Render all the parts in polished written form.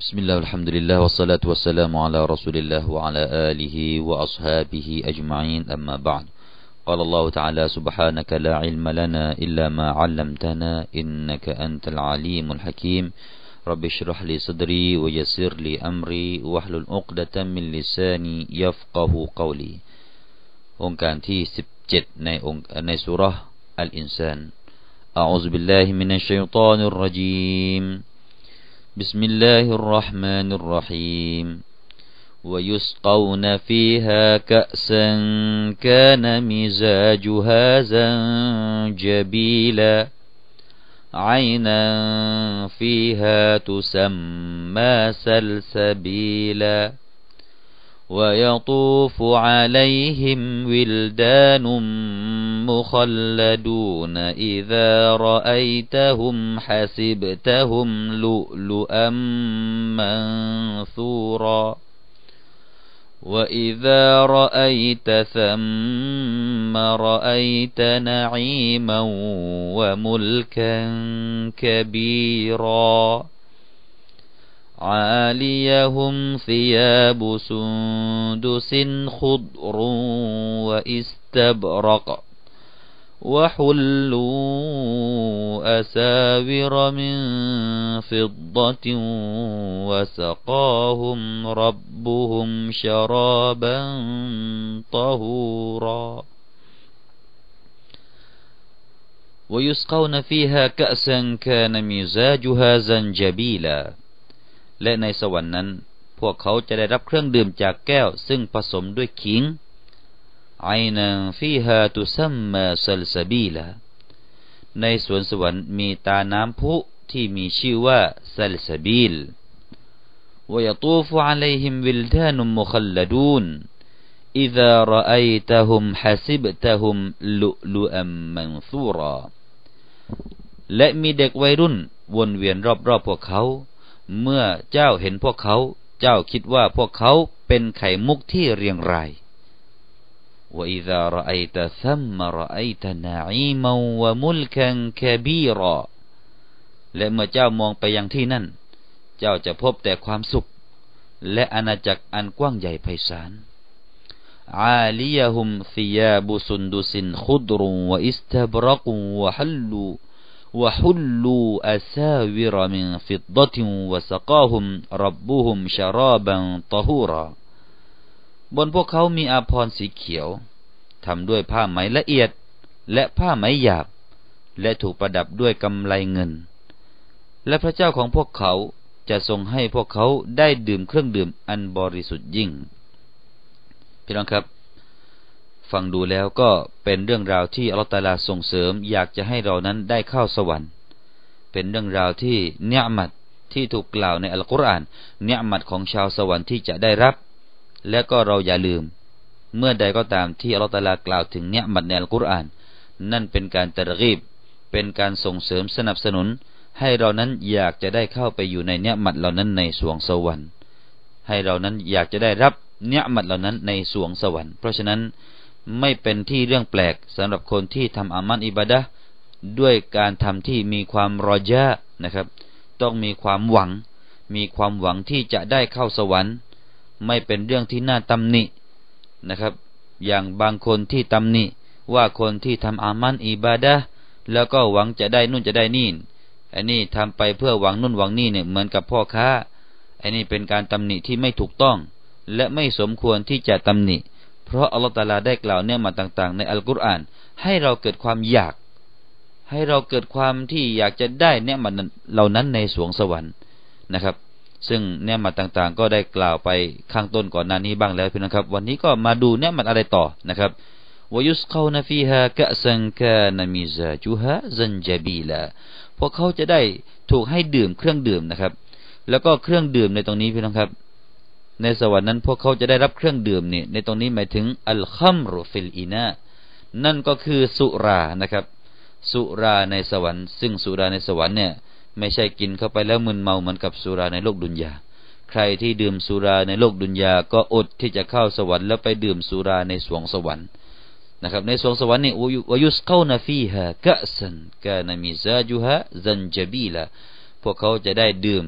بسم الله والحمد لله والصلاة والسلام على رسول الله وعلى آله وأصحابه أجمعين أما بعد قال الله تعالى سبحانك لا علم لنا إلا ما علمتنا إنك أنت العليم الحكيم رب اشرح لي صدري ويسر لي أمري واحلل عقدة من لساني يفقه قولي องค์การที่17ในซูเราะห์อัลอินซานอะอูซุบิลลาฮิมินัชชัยฏอนิรเราะญีมبسم الله الرحمن الرحيم ويسقون فيها كأسا كان مزاجها زنجبيلا عينا فيها تسمى سلسبيلا ويطوف عليهم ولدان مخلدون إذا رأيتهم حسبتهم لؤلؤا منثورا وإذا رأيت ثم رأيت نعيما وملكا كبيرا عاليهم ثياب سندس خضر واستبرق وحلوا أساور من فضة وسقاهم ربهم شرابا طهورا ويسقون فيها كأسا كان مزاجها زنجبيلا และในสวรรค์นั้นพวกเขาจะได้รับเครื่องดื่มจากแก้วซึ่งผสมด้วยขิงไอนันฟีฮาตุซัมมาซัลซาบีลาในสวนสวรรค์มีตาน้ำพุที่มีชื่อว่าซัลซาบีลวยตูฟอะลัยฮิมวิลดานุมมุคัลลดูนอิซารออัยตะฮุมฮะซิบตะฮุมลุลุอัมมันซูราและมีเด็กวัยรุ่นวนเวียนรอบๆพวกเขาเมื่อเจ้าเห็นพวกเขาเจ้าคิดว่าพวกเขาเป็นไข่มุกที่เรียงรายวะอิซารออัยตะซัมมะรออัยตะนาอีมัววะมุลกันกะบีรอและเมื่อเจ้ามองไปยังที่นั่นเจ้าจะพบแต่ความสุขและอาณาจักรอันกว้างใหญ่ไพศาลอาลียะฮุมซิยาบุซุนดุซินขุดรุวะอิสตับรักวะฮัลลูوحلوا أساور من فضة وسقاهم ربهم شرابا طهورا บนพวกเขามีอาภรณ์สีเขียวทำด้วยผ้าไหมละเอียดและผ้าไหมหยาบและถูกประดับด้วยกำไลเงินและพระเจ้าของพวกเขาจะทรงให้พวกเขาได้ดื่มเครื่องดื่มอันบริสุทธิ์ยิ่งพี่น้องครับฟังดูแล้วก็เป็นเรื่องราวที่อัลเลาะห์ตะอาลาส่งเสริมอยากจะให้เรานั้นได้เข้าสวรรค์เป็นเรื่องราวที่เนือมัตที่ถูกกล่าวในอัลกุรอานเนือมัตของชาวสวรรค์ที่จะได้รับและก็เราอย่าลืมเมื่อใดก็ตามที่อัลเลาะห์ตะอาลากล่าวถึงเนือมัตในอัลกุรอานนั่นเป็นการตะรกีบเป็นการส่งเสริมสนับสนุนให้เรานั้นอยากจะได้เข้าไปอยู่ในเนือมัตเหล่านั้นในสวงสวรรค์ให้เรานั้นอยากจะได้รับเนือมัตเหล่านั้นในสวงสวรรค์เพราะฉะนั้นไม่เป็นที่เรื่องแปลกสำหรับคนที่ทำอามัลอิบาดะห์ด้วยการทำที่มีความรอญะนะครับต้องมีความหวังที่จะได้เข้าสวรรค์ไม่เป็นเรื่องที่น่าตำหนินะครับอย่างบางคนที่ตำหนิว่าคนที่ทำอามัลอิบาดะห์แล้วก็หวังจะได้นู่นจะได้นี่อันนี้ทำไปเพื่อหวังนู่นหวังนี่เนี่ยเหมือนกับพ่อค้าอันนี้เป็นการตำหนิที่ไม่ถูกต้องและไม่สมควรที่จะตำหนิเพราะอัลเลาะห์ตะอาลาได้กล่าวเนือมัตต่างๆในอัลกุรอานให้เราเกิดความอยากให้เราเกิดความที่อยากจะได้เนือมัตเหล่านั้นในสวงสวรรค์นะครับซึ่งเนือมัตต่างๆก็ได้กล่าวไปข้างต้นก่อนหน้านี้บ้างแล้วพี่น้องครับวันนี้ก็มาดูเนือมัตอะไรต่อนะครับวะยุสกาวนะฟีฮากะซันกานะมิซาจุฮาซันจาบีลาพวกเขาจะได้ถูกให้ดื่มเครื่องดื่มนะครับแล้วก็เครื่องดื่มในตรงนี้พี่น้องครับในสวรรค์นั้นพวกเขาจะได้รับเครื่องดื่มนี่ในตรงนี้หมายถึงอัลคัมรุฟิลอินานั่นก็คือสุรานะครับสุราในสวรรค์ซึ่งสุราในสวรรค์เนี่ยไม่ใช่กินเข้าไปแล้วมึนเมาเหมือนกับสุราในโลกดุนยาใครที่ดื่มสุราในโลกดุนยาก็อดที่จะเข้าสวรรค์แล้วไปดื่มสุราในสวงสวรรค์นะครับในสวงสวรรค์นี่วะยุสกาวนะฟีฮากะซันกานะมิซาจุฮาซันจาบีลาพวกเขาจะได้ดื่ม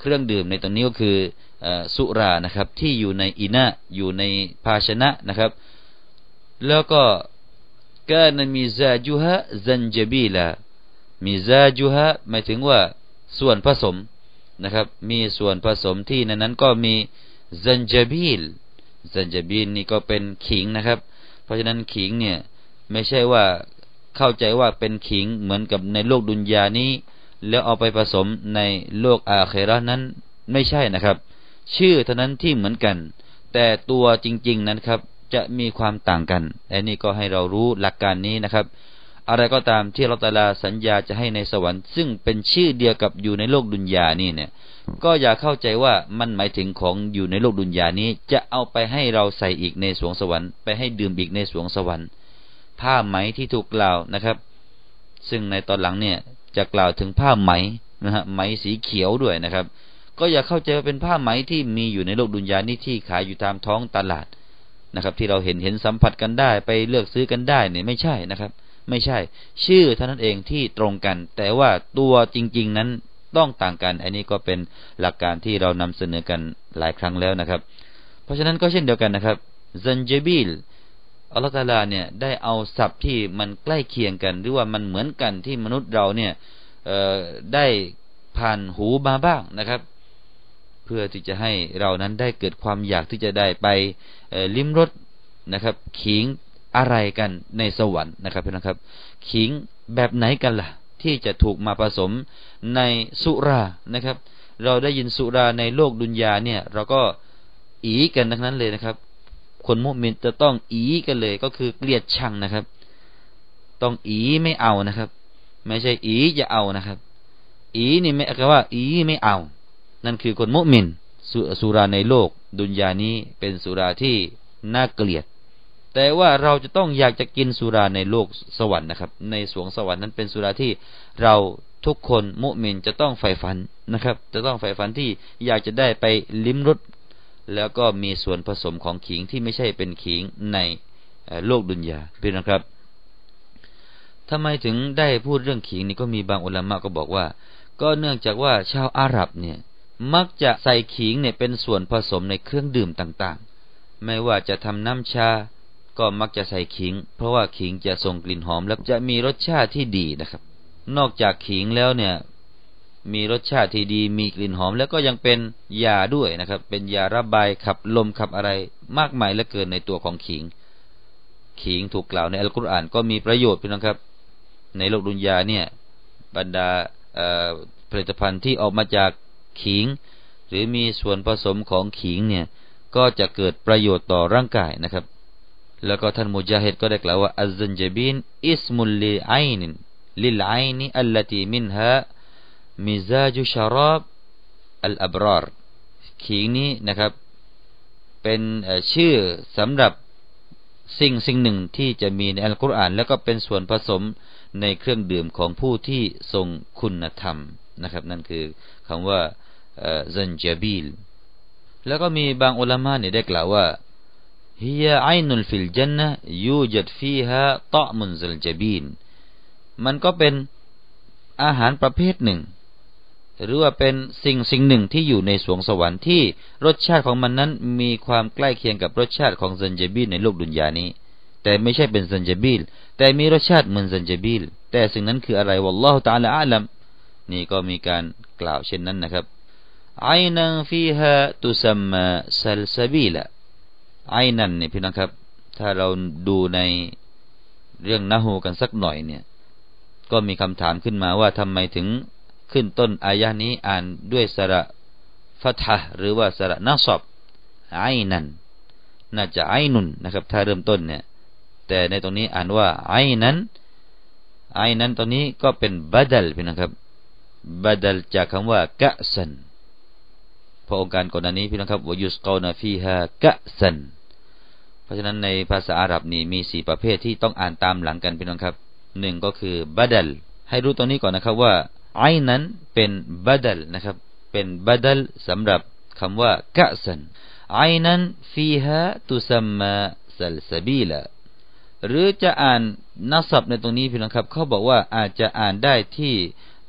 เครื่องดื่มในตรงนี้ก็คือสุรานะครับที่อยู่ในอินะอยู่ในภาชนะนะครับแล้วก็กานมิซาจุฮะซันจบีลามิซาจุฮะหมายถึงว่าส่วนผสมนะครับมีส่วนผสมที่ในนั้นก็มีซันจบีลนี่ก็เป็นขิงนะครับเพราะฉะนั้นขิงเนี่ยไม่ใช่ว่าเข้าใจว่าเป็นขิงเหมือนกับในโลกดุนยานี้แล้วเอาไปผสมในโลกอาคิเราะห์นั้นไม่ใช่นะครับชื่อเท่านั้นที่เหมือนกันแต่ตัวจริงๆนั้นครับจะมีความต่างกันและนี่ก็ให้เรารู้หลักการนี้นะครับอะไรก็ตามที่อัลเลาะห์ตะอาลาสัญญาจะให้ในสวรรค์ซึ่งเป็นชื่อเดียวกับอยู่ในโลกดุนยานี่เนี่ยก็อย่าเข้าใจว่ามันหมายถึงของอยู่ในโลกดุนยานี้จะเอาไปให้เราใส่อีกในสวงสวรรค์ไปให้ดื่มอีกในสวงสวรรค์ผ้าไหมที่ถูกกล่าวนะครับซึ่งในตอนหลังเนี่ยจะกล่าวถึงผ้าไหมนะฮะไหมสีเขียวด้วยนะครับก็อย่าเข้าใจว่าเป็นผ้าไหมที่มีอยู่ในโลกดุนยานี้ที่ขายอยู่ตามท้องตลาดนะครับที่เราเห็นสัมผัสกันได้ไปเลือกซื้อกันได้เนี่ยไม่ใช่นะครับไม่ใช่ชื่อเท่านั้นเองที่ตรงกันแต่ว่าตัวจริงๆนั้นต้องต่างกันอันนี้ก็เป็นหลักการที่เรานำเสนอกันหลายครั้งแล้วนะครับเพราะฉะนั้นก็เช่นเดียวกันนะครับซันจบีลอัลเลาะห์ตะอาลาเนี่ยได้เอาศัพท์ที่มันใกล้เคียงกันหรือว่ามันเหมือนกันที่มนุษย์เราเนี่ยได้ผ่านหูมาบ้างนะครับเพื่อที่จะให้เรานั้นได้เกิดความอยากที่จะได้ไปลิ้มรสนะครับขิงอะไรกันในสวรรค์นะครับพี่น้องครับขิงแบบไหนกันล่ะที่จะถูกมาผสมในสุรานะครับเราได้ยินสุราในโลกดุนยาเนี่ยเราก็อีกันทั้งนั้นเลยนะครับคนมุมินจะต้องอีกันเลยก็คือเกลียดชังนะครับต้องอีไม่เอานะครับไม่ใช่อีจะเอานะครับอีนี่ไม่ก็ว่าอีไม่เอานั่นคือคนมุมินสุราในโลกดุนยานี้เป็นสุราที่น่าเกลียดแต่ว่าเราจะต้องอยากจะกินสุราในโลกสวรรค์นะครับในสวงสวรรค์นั้นเป็นสุราที่เราทุกคนมุมินจะต้องใฝ่ฝันนะครับจะต้องใฝ่ฝันที่อยากจะได้ไปลิ้มรสแล้วก็มีส่วนผสมของขิงที่ไม่ใช่เป็นขิงในโลกดุนยาพี่น้องครับทำไมถึงได้พูดเรื่องขิงนี่ก็มีบางอุลามะก็บอกว่าก็เนื่องจากว่าชาวอาหรับเนี่ยมักจะใส่ขิงเนี่ยเป็นส่วนผสมในเครื่องดื่มต่างๆไม่ว่าจะทำน้ำชาก็มักจะใส่ขิงเพราะว่าขิงจะส่งกลิ่นหอมและจะมีรสชาติที่ดีนะครับนอกจากขิงแล้วเนี่ยมีรสชาติที่ดีมีกลิ่นหอมแล้วก็ยังเป็นยาด้วยนะครับเป็นยาระบายขับลมขับอะไรมากมายเหลือเกินในตัวของขิงถูกกล่าวในอัลกุรอานก็มีประโยชน์พี่น้องครับในโลกดุนยาเนี่ยบรรดาผลิตภัณฑ์ที่ออกมาจากขิงหรือมีส่วนผสมของขิงเนี่ยก็จะเกิดประโยชน์ต่อร่างกายนะครับแล้วก็ท่านมุญาฮิดก็ได้กล่าวว่าอัซซันจบีนอิสมุลลิไอนินลิลไอนิอัลลตีมินฮามิซาจุชาราบอัลอับรารขิงนี้นะครับเป็นชื่อสำหรับสิ่งหนึ่งที่จะมีในอัลกุรอานแล้วก็เป็นส่วนผสมในเครื่องดื่มของผู้ที่ทรงคุณธรรมนะครับนั่นคือคำว่าซันจบีลแล้วก็มีบางอุลามะเนี่ยได้กล่าวว่าฮิยาไอนุลฟิลจันนะยูจัดฟีฮาตอมุนซัลจบีนมันก็เป็นอาหารประเภทหนึ่งหรือว่าเป็นสิ่งหนึ่งที่อยู่ในสวงสวรรค์ที่รสชาติของมันนั้นมีความใกล้เคียงกับรสชาติของซันจบีลในโลกดุนยานี้แต่ไม่ใช่เป็นซันจบีลแต่มีรสชาติเหมือนซันจบีลแต่สิ่งนั้นคืออะไรวัลลอฮุตะอาลาอาลัมนี่ก็มีการกล่าวเช่นนั้นนะครับไอนันฟีฮาตุซัมมาซัลซาบีลไอนันเนี่ยพี่น้องครับถ้าเราดูในเรื่องนะฮูกันสักหน่อยเนี่ยก็มีคำถามขึ้นมาว่าทำไมถึงขึ้นต้นอายะนี้อ่านด้วยสระฟัตฮ์หรือว่าสระนัศบไอนันน่าจะไอนุนนะครับถ้าเริ่มต้นเนี่ยแต่ในตรงนี้อ่านว่าไอนั้นตรงนี้ก็เป็นบัดลพี่น้องครับบัดลจากคำว่ากะซันพระองค์การก่อนหน้านี้พี่น้องครับวะยุสกอนาฟีฮากะซันเพราะฉะนั้นในภาษาอาหรับนี่มี4ประเภทที่ต้องอ่านตามหลังกันพี่น้องครับ1ก็คือบัดลให้รู้ตรงนี้ก่อนนะครับว่าไอนั้นเป็นบัดลนะครับเป็นบัดลสำหรับคำว่ากะซันไอนั้นฟีฮาตุซัมมาซัลซาบีลาหรือจะอ่านนัสบในตรงนี้พี่น้องครับเขาบอกว่าอาจจะอ่านได้ที่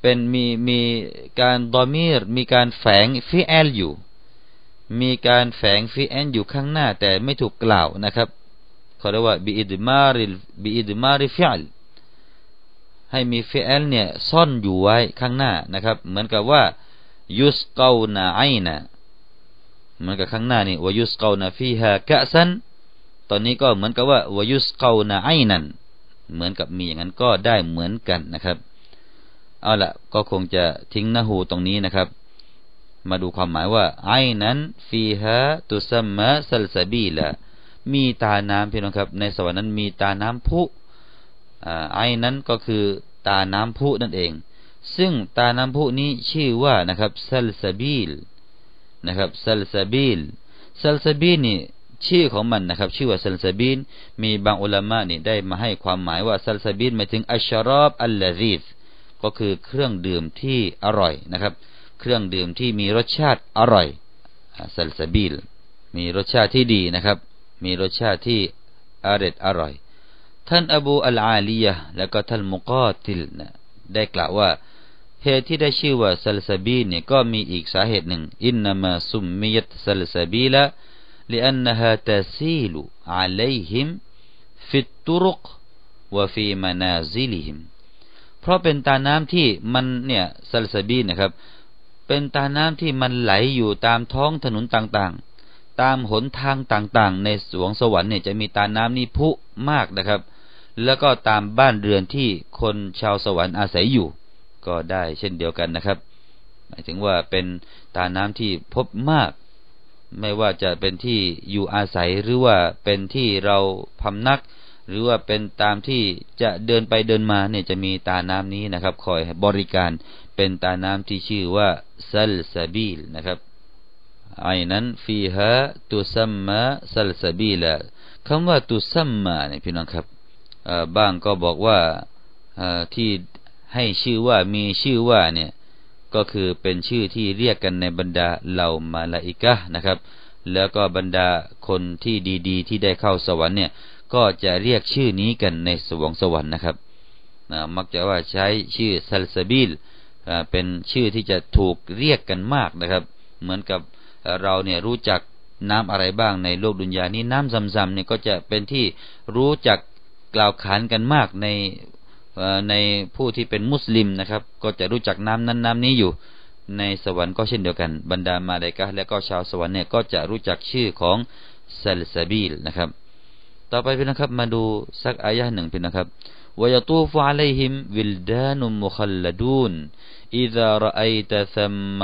เป็นมีการดอมีรมีการแฝงฟิอลอยู่มีการแฝงฟิอลอยู่ข้างหน้าแต่ไม่ถูกกล่าวนะครับเขาเรียกว่าบิอิดมาริฟิอลให้มีฟิอลเนี่ยซ่อนอยู่ไว้ข้างหน้านะครับเหมือนกับว่ายุสกาวนาไอนะเหมือนกับข้างหน้านี่วายุสกาวนาฟีฮากะซันตอนนี้ก็เหมือนกับว่าวายุสกาวนาไอนันเหมือนกับมีอย่างนั้นก็ได้เหมือนกันนะครับเอาละก็คงจะทิ้งนะฮูตรงนี้นะครับมาดูความหมายว่าไอนั้นฟีฮาตุซัมมะซัลซาบีละมีตาน้ำพี่น้องครับในสวรรค์นั้นมีตาน้ำพุไอนั้นก็คือตาน้ำพุนั่นเองซึ่งตาน้ำพุนี้ชื่อว่านะครับซัลซาบีลนะครับซัลซาบีลนี่ชื่อของมันนะครับชื่อว่าซัลซาบีลมีบางอุลามะนี่ได้มาให้ความหมายว่าซัลซาบีลหมายถึงอัชชารอบอัลลาซีฟก็คือเครื่องดื่มที่อร่อยนะครับเครื่องดื่มที่มีรสชาติอร่อยซัลซาบีลมีรสชาติที่ดีนะครับมีรสชาติที่อร่อยท่านอบูอัลอาลียะและก็ท่านมุกาติลนะได้กล่าวว่าเหตุที่ได้ชื่อว่าซัลซาบีลเนี่ยก็มีอีกสาเหตุหนึ่งอินนามาซุมมิยัตซัลซาบีละ لأنها تسيل عليهم في الطرق وفي منازلهم เพราะเป็นตาน้ำที่มันเนี่ยซัลซาบีลนะครับเป็นตาน้ำที่มันไหลอยู่ตามท้องถนนต่างๆตามหนทางต่างๆในสวงสวรรค์เนี่ยจะมีตาน้ำนี้พุมากนะครับแล้วก็ตามบ้านเรือนที่คนชาวสวรรค์อาศัยอยู่ก็ได้เช่นเดียวกันนะครับหมายถึงว่าเป็นตาน้ำที่พบมากไม่ว่าจะเป็นที่อยู่อาศัยหรือว่าเป็นที่เราพำนักหรือว่าเป็นตามที่จะเดินไปเดินมาเนี่ยจะมีตาน้ำนี้นะครับคอยบริการเป็นตาน้ำที่ชื่อว่าซัลซาบีลนะครับไอ้นั้นฟีฮาตุซัมมาซัลซาบีลคำว่าตุซัมมาเนี่ยพี่น้องครับบ้างก็บอกว่าที่ให้ชื่อว่ามีชื่อว่าเนี่ยก็คือเป็นชื่อที่เรียกกันในบรรดาเหล่ามาลาอิกะห์นะครับแล้วก็บรรดาคนที่ดีๆที่ได้เข้าสวรรค์เนี่ยก็จะเรียกชื่อนี้กันในสวงสวรรค์นะครับมักจะว่าใช้ชื่อซัลซาบีลเป็นชื่อที่จะถูกเรียกกันมากนะครับเหมือนกับเราเนี่ยรู้จักน้ำอะไรบ้างในโลกดุนยานี้น้ำซัมๆเนี่ยก็จะเป็นที่รู้จักกล่าวขานกันมากในผู้ที่เป็นมุสลิมนะครับก็จะรู้จักน้ำนั้นน้ำนี้อยู่ในสวรรค์ก็เช่นเดียวกันบรรดามาลาอิกะห์และก็ชาวสวรรค์เนี่ยก็จะรู้จักชื่อของซัลซาบีลนะครับต่อไปพี่นะครับมาดูสักอายะห์หนึ่งพี่นะครับويطوف عليهم ولدان مخلدون إذا رأيت ثم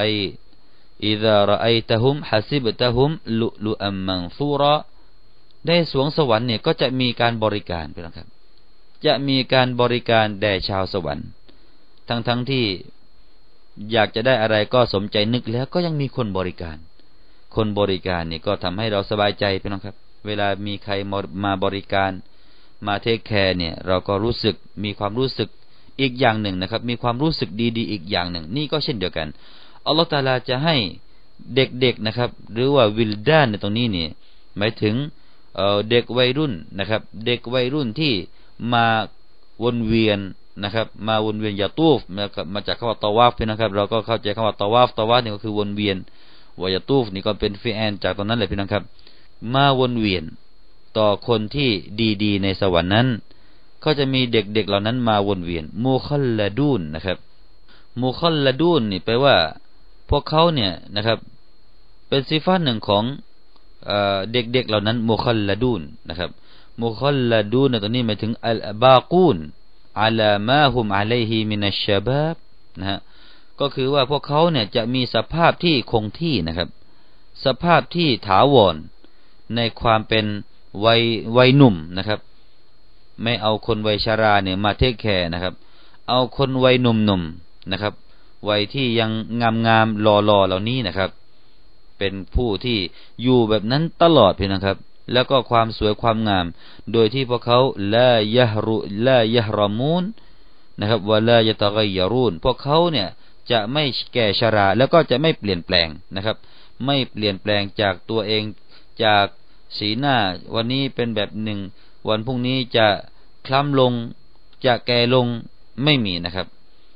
إذا رأيتهم حسبتهم لؤلؤا منثورا ในสวงสวรรค์เนี่ยก็จะมีการบริการพี่นะครับจะมีการบริการแด่ชาวสวรรค์ทั้งที่อยากจะได้อะไรก็สมใจนึกแล้วก็ยังมีคนบริการนี่ก็ทำให้เราสบายใจพี่น้องครับเวลามีใครมาบริการมาเทคแคร์เนี่ยเราก็รู้สึกมีความรู้สึกอีกอย่างหนึ่งนะครับมีความรู้สึกดีๆอีกอย่างหนึ่งนี่ก็เช่นเดียวกันอัลเลาะห์ตะอาลาจะให้เด็กๆนะครับหรือว่าวิลดานในตรงนี้เนี่ยหมายถึงเด็กวัยรุ่นนะครับเด็กวัยรุ่นที่มาวนเวียนนะครับมาวนเวียนยาตูฟมาจากคำว่าตอวาฟนะครับเราก็เข้าใจคำว่าตอวาฟนี่ก็คือวนเวียนวายาตูฟนี่ก็เป็นฟิอลจากตรงนั้นเลยพี่น้องครับมาวนเวียนต่อคนที่ดีๆในสวรรค์นั้นก็จะมีเด็กๆเหล่านั้นมาวนเวียนมูคัลลาดูนนะครับมูคัลลาดูนนี่แปลว่าพวกเขาเนี่ยนะครับเป็นสิฟาตหนึ่งของเด็กๆเหล่านั้นมูคัลลาดูนนะครับมุคัลลาดูนตัวนี้หมายถึงอัลบากูนอะลามาฮุมอะลัยฮิมินัชชะบาบนะฮะก็คือว่าพวกเขาเนี่ยจะมีสภาพที่คงที่นะครับสภาพที่ถาวรในความเป็นวัยหนุ่มนะครับไม่เอาคนวัยชราเนี่ยมาเทคแคร์นะครับเอาคนวัยหนุ่มๆนะครับวัยที่ยังงามๆหล่อๆเหล่านี้นะครับเป็นผู้ที่อยู่แบบนั้นตลอดพี่นะครับแล้วก็ความสวยความงามโดยที่พวกเขาลายะฮรมูนนะครับวะลายะตะกัยยะรูนพวกเขาเนี่ยจะไม่แก่ชราแล้วก็จะไม่เปลี่ยนแปลงนะครับไม่เปลี่ยนแปลงจากตัวเองจากสีหน้าวันนี้เป็นแบบหนึ่งวันพรุ่งนี้จะคล้ำลงจะแก่ลงไม่มีนะครับ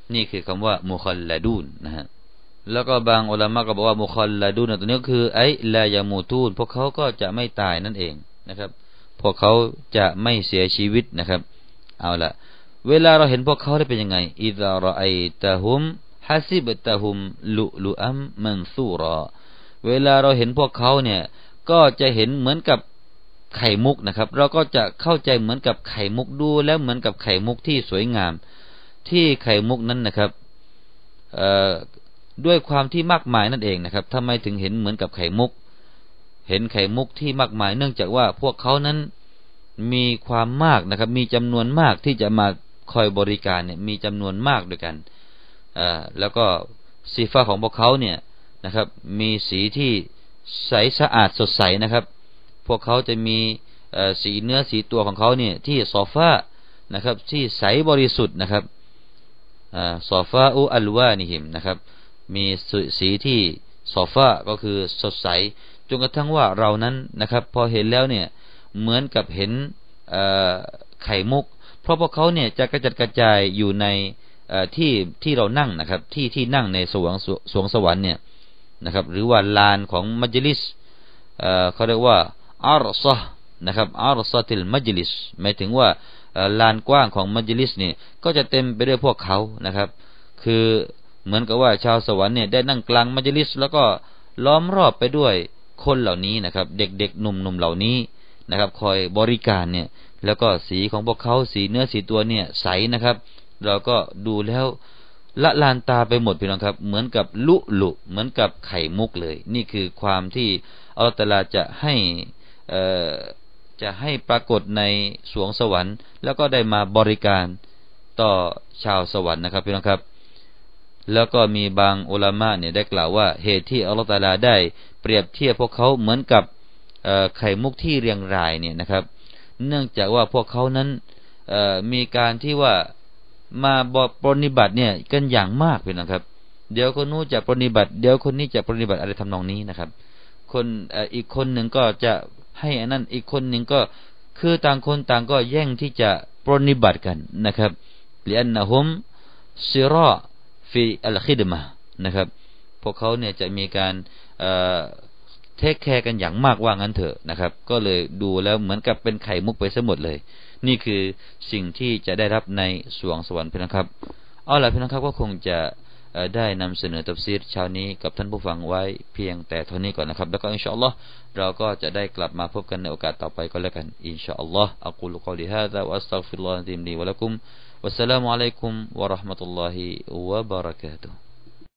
นี่คือคำว่ามุคัลลาดูนนะฮะแล้วก็บางอุลามะก็บอกว่ามุคัลลาดูนตัวนี้ก็คือไอลายามูตูนพวกเขาก็จะไม่ตายนั่นเองนะครับพวกเขาจะไม่เสียชีวิตนะครับเอาละเวลาเราเห็นพวกเขาได้เป็นยังไงอิซารอไอตะฮุมฮัซิบตะฮุมลุลุอัมมันซูรอเวลาเราเห็นพวกเขาเนี่ยก็จะเห็นเหมือนกับไข่มุกนะครับเราก็จะเข้าใจเหมือนกับไข่มุกดูแล้วเหมือนกับไข่มุกที่สวยงามที่ไข่มุกนั้นนะครับด้วยความที่มากมายนั่นเองนะครับทำไมถึงเห็นเหมือนกับไข่มุกเห็นไข่มุกที่มากมายเนื่องจากว่าพวกเขานั้นมีความมากนะครับมีจำนวนมากที่จะมาคอยบริการเนี่ยมีจำนวนมากด้วยกันแล้วก็สีฟ้าของพวกเขาเนี่ยนะครับมีสีที่ใสสะอาดสดใสนะครับพวกเขาจะมีสีเนื้อสีตัวของเขาเนี่ยที่ซอฟ้านะครับที่ใสบริสุทธิ์นะครับซอฟ้าอุอัลวานิหิมนะครับมีสีที่ซอฟ้าก็คือสดใสจนกระทั่งว่าเรานั้นนะครับพอเห็นแล้วเนี่ยเหมือนกับเห็นไข่มุกเพราะพวกเขาเนี่ยจะกระจัดกระจายอยู่ในที่เรานั่งนะครับที่นั่งในสวงสวรรค์เนี่ยนะครับหรือว่าลานของมัจลิสเขาเรียกว่าอารซะนะครับอารซะติลมัจลิสหมายถึงว่าลานกว้างของมัจลิสนี่ก็จะเต็มไปด้วยพวกเขานะครับคือเหมือนกับว่าชาวสวรรค์เนี่ยได้นั่งกลางมัจลิสแล้วก็ล้อมรอบไปด้วยคนเหล่านี้นะครับเด็กๆหนุ่มๆเหล่านี้นะครับคอยบริการเนี่ยแล้วก็สีของพวกเขาสีเนื้อสีตัวเนี่ยใสนะครับเราก็ดูแล้วละลานตาไปหมดพี่น้องครับเหมือนกับลุลุเหมือนกับไข่มุกเลยนี่คือความที่อัลเลาะห์ตะอาลาจะให้ปรากฏในสวงสวรรค์แล้วก็ได้มาบริการต่อชาวสวรรค์นะครับพี่น้องครับแล้วก็มีบางอุลามะเนี่ยได้กล่าวว่าเหตุที่อัลเลาะห์ตะอาลาได้เปรียบเทียบพวกเขาเหมือนกับไข่มุกที่เรียงรายเนี่ยนะครับเนื่องจากว่าพวกเขานั้นมีการที่ว่ามาปฏิบัติเนี่ยกันอย่างมากพี่น้องครับเดี๋ยวคนนู้นจะปฏิบัติเดี๋ยวคนนี้จะปฏิบัติอะไรทำนองนี้นะครับคนอีกคนหนึ่งก็จะให้อันนั้นอีกคนหนึ่งก็คือต่างคนต่างก็แย่งที่จะปฏิบัติกันนะครับลิอันนะฮุมซิรอฟีอัลคิดมะนะครับพวกเขาเนี่ยจะมีการเทคแคร์กันอย่างมากว่างั้นเถอะนะครับก็เลยดูแล้วเหมือนกับเป็นไข่มุกไปซะหมดเลยนี่คือสิ่งที่จะได้รับในสวงสวรรค์พี่น้องครับเอาล่ะพี่น้องครับก็คงจะได้นำเสนอตัฟซีรเช้านี้กับท่านผู้ฟังไว้เพียงแต่เท่านี้ก่อนนะครับแล้วก็อินชาอัลลอฮ์เราก็จะได้กลับมาพบกันในโอกาสต่อไปก็แล้วกันอินชาอัลลอฮ์อะกูลุกอลิฮาซาวะอัสตัฆฟิรุลลอฮะลิมลีวะละกุมวัสสลามุอะลัยกุมวะเราะห์มะตุลลอฮิวะบะเราะกาตุฮ์